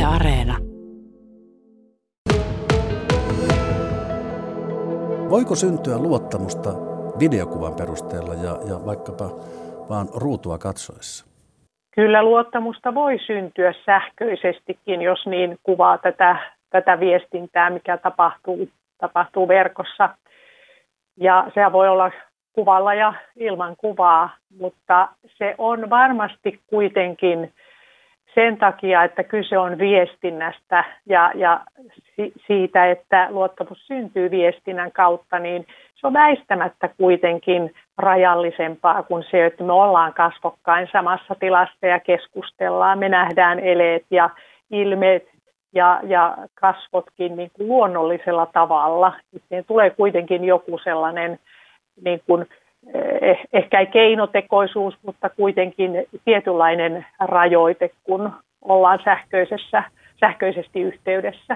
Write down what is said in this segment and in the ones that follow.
Areena. Voiko syntyä luottamusta videokuvan perusteella ja vaikkapa vaan ruutua katsoessa? Kyllä luottamusta voi syntyä sähköisestikin, jos niin kuvaa tätä viestintää, mikä tapahtuu verkossa. Ja se voi olla kuvalla ja ilman kuvaa, mutta se on varmasti kuitenkin sen takia, että kyse on viestinnästä ja siitä, että luottamus syntyy viestinnän kautta, niin se on väistämättä kuitenkin rajallisempaa kuin se, että me ollaan kasvokkain samassa tilassa ja keskustellaan. Me nähdään eleet ja ilmeet ja kasvotkin niin kuin luonnollisella tavalla. Siihen tulee kuitenkin joku sellainen, niin kuin, ehkä ei keinotekoisuus, mutta kuitenkin tietynlainen rajoite, kun ollaan sähköisesti yhteydessä.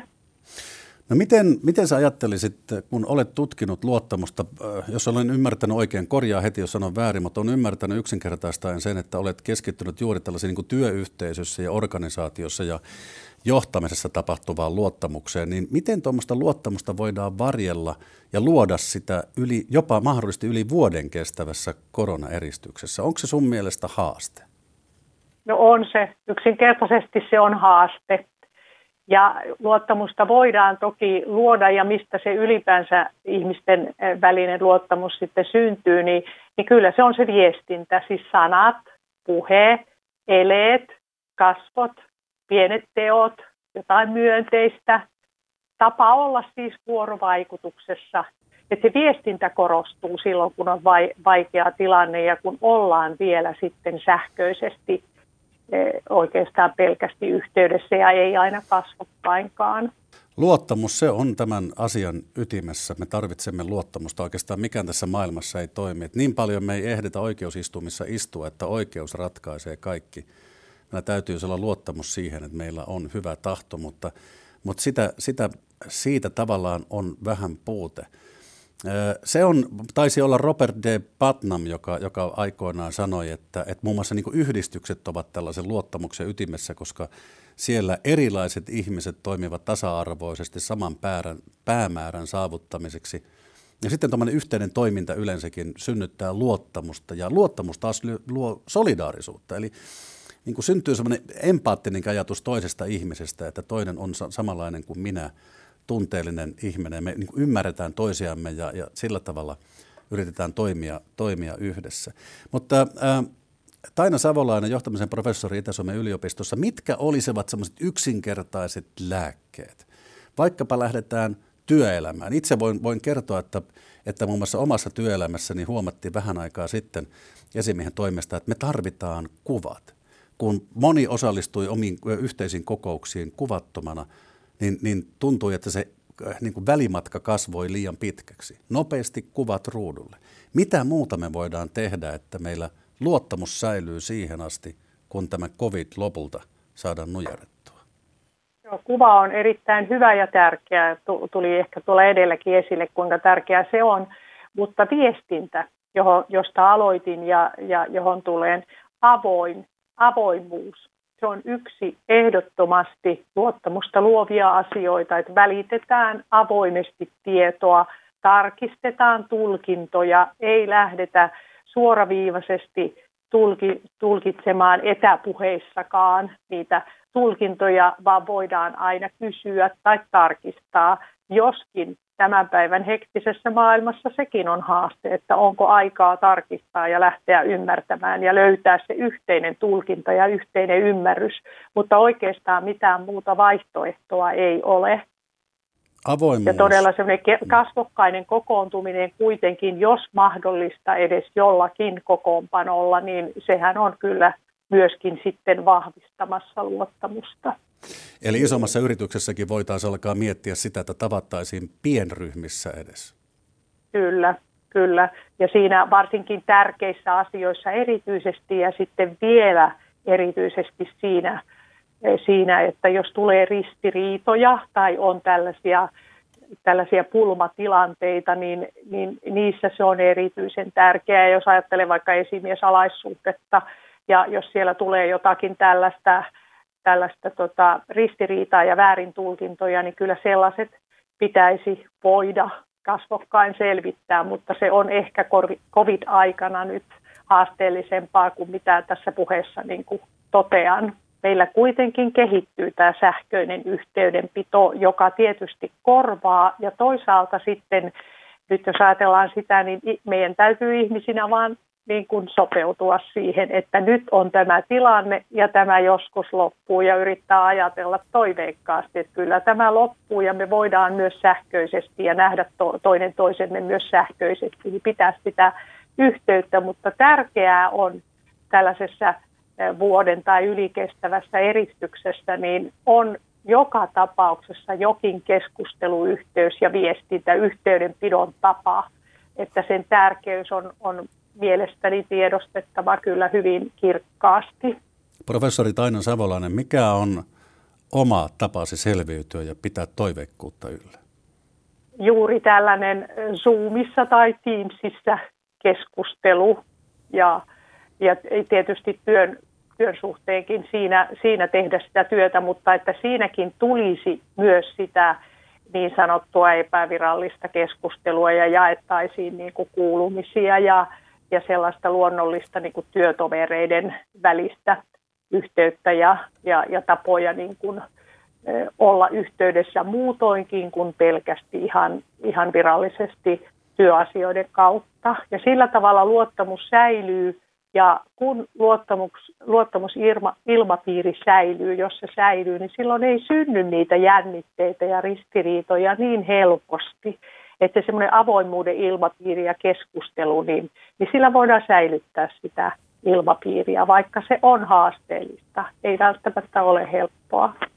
No miten sä ajattelisit, kun olet tutkinut luottamusta, jos olen ymmärtänyt oikein, korjaa heti, jos sanon väärin, mutta olen ymmärtänyt yksinkertaistaen sen, että olet keskittynyt juuri tällaisiin niin kuin työyhteisössä ja organisaatiossa ja johtamisessa tapahtuvaan luottamukseen, niin miten tuommoista luottamusta voidaan varjella ja luoda sitä jopa mahdollisesti yli vuoden kestävässä koronaeristyksessä? Onko se sun mielestä haaste? No on se. Yksinkertaisesti se on haaste. Ja luottamusta voidaan toki luoda, ja mistä se ylipäänsä ihmisten välinen luottamus sitten syntyy, niin kyllä se on se viestintä, siis sanat, puhe, eleet, kasvot, pienet teot, jotain myönteistä, tapa olla siis vuorovaikutuksessa. Että se viestintä korostuu silloin, kun on vaikea tilanne ja kun ollaan vielä sitten sähköisesti oikeastaan pelkästi yhteydessä ja ei aina kasvokkainkaan. Luottamus, se on tämän asian ytimessä. Me tarvitsemme luottamusta. Oikeastaan mikään tässä maailmassa ei toimi. Et niin paljon me ei ehditä oikeusistumissa istua, että oikeus ratkaisee kaikki. Meillä täytyy olla luottamus siihen, että meillä on hyvä tahto, mutta siitä tavallaan on vähän puute. Taisi olla Robert D. Putnam, joka aikoinaan sanoi, että muun muassa niin kuin yhdistykset ovat tällaisen luottamuksen ytimessä, koska siellä erilaiset ihmiset toimivat tasa-arvoisesti saman päämäärän saavuttamiseksi. Ja sitten tuommoinen yhteinen toiminta yleensäkin synnyttää luottamusta, ja luottamus taas luo solidaarisuutta. Eli niin kuin syntyy semmoinen empaattinen ajatus toisesta ihmisestä, että toinen on samanlainen kuin minä, tunteellinen ihminen. Me niin kuin ymmärretään toisiamme ja sillä tavalla yritetään toimia yhdessä. Mutta Taina Savolainen, johtamisen professori Itä-Suomen yliopistossa, mitkä olisivat sellaiset yksinkertaiset lääkkeet? Vaikkapa lähdetään työelämään. Itse voin kertoa, että muun muassa omassa työelämässäni huomattiin vähän aikaa sitten esimiehen toimesta, että me tarvitaan kuvat. Kun moni osallistui omiin yhteisiin kokouksiin kuvattomana, niin tuntui, että se niin kuin välimatka kasvoi liian pitkäksi. Nopeasti kuvat ruudulle. Mitä muuta me voidaan tehdä, että meillä luottamus säilyy siihen asti, kun tämä COVID lopulta saadaan nujerrettua? Joo, kuva on erittäin hyvä ja tärkeä. Tuli ehkä tuolla edelläkin esille, kuinka tärkeää se on. Mutta viestintä, josta aloitin ja johon tulee avoimuus. Se on yksi ehdottomasti luottamusta luovia asioita, että välitetään avoimesti tietoa, tarkistetaan tulkintoja, ei lähdetä suoraviivaisesti tulkitsemaan etäpuheissakaan niitä tulkintoja, vaan voidaan aina kysyä tai tarkistaa, joskin tämän päivän hektisessä maailmassa sekin on haaste, että onko aikaa tarkistaa ja lähteä ymmärtämään ja löytää se yhteinen tulkinta ja yhteinen ymmärrys, mutta oikeastaan mitään muuta vaihtoehtoa ei ole. Avoimuus. Ja todella semmoinen kasvokkainen kokoontuminen kuitenkin, jos mahdollista edes jollakin kokoonpanolla, niin sehän on kyllä myöskin sitten vahvistamassa luottamusta. Eli isommassa yrityksessäkin voitaisiin alkaa miettiä sitä, että tavattaisiin pienryhmissä edes. Kyllä. Ja siinä varsinkin tärkeissä asioissa erityisesti ja sitten vielä erityisesti siinä, että jos tulee ristiriitoja tai on tällaisia pulmatilanteita, niin niissä se on erityisen tärkeää. Jos ajattelee vaikka esimiesalaissuhdetta ja jos siellä tulee jotakin tällaista tällaista ristiriitaa ja väärintulkintoja, niin kyllä sellaiset pitäisi voida kasvokkain selvittää, mutta se on ehkä COVID-aikana nyt haasteellisempaa kuin mitä tässä puheessa niin kuin totean. Meillä kuitenkin kehittyy tämä sähköinen yhteydenpito, joka tietysti korvaa ja toisaalta sitten, nyt jos ajatellaan sitä, niin meidän täytyy ihmisinä vaan niin kuin sopeutua siihen, että nyt on tämä tilanne ja tämä joskus loppuu ja yrittää ajatella toiveikkaasti, että kyllä tämä loppuu ja me voidaan myös sähköisesti ja nähdä toinen toisemme myös sähköisesti, niin pitää sitä yhteyttä, mutta tärkeää on tällaisessa vuoden tai ylikestävässä eristyksessä, niin on joka tapauksessa jokin keskusteluyhteys ja viestintä, yhteydenpidon tapa, että sen tärkeys on mielestäni tiedostettava kyllä hyvin kirkkaasti. Professori Taina Savolainen, mikä on oma tapasi selviytyä ja pitää toiveikkuutta yllä? Juuri tällainen Zoomissa tai Teamsissa keskustelu ja tietysti työn suhteenkin siinä tehdä sitä työtä, mutta että siinäkin tulisi myös sitä niin sanottua epävirallista keskustelua ja jaettaisiin niin kuin kuulumisia ja sellaista luonnollista niin kuin työtovereiden välistä yhteyttä ja tapoja niin kuin olla yhteydessä muutoinkin kuin pelkästään ihan virallisesti työasioiden kautta. Ja sillä tavalla luottamus säilyy ja kun luottamusilmapiiri säilyy, jos se säilyy, niin silloin ei synny niitä jännitteitä ja ristiriitoja niin helposti, että semmoinen avoimuuden ilmapiiri ja keskustelu, niin sillä voidaan säilyttää sitä ilmapiiriä, vaikka se on haasteellista. Ei välttämättä ole helppoa.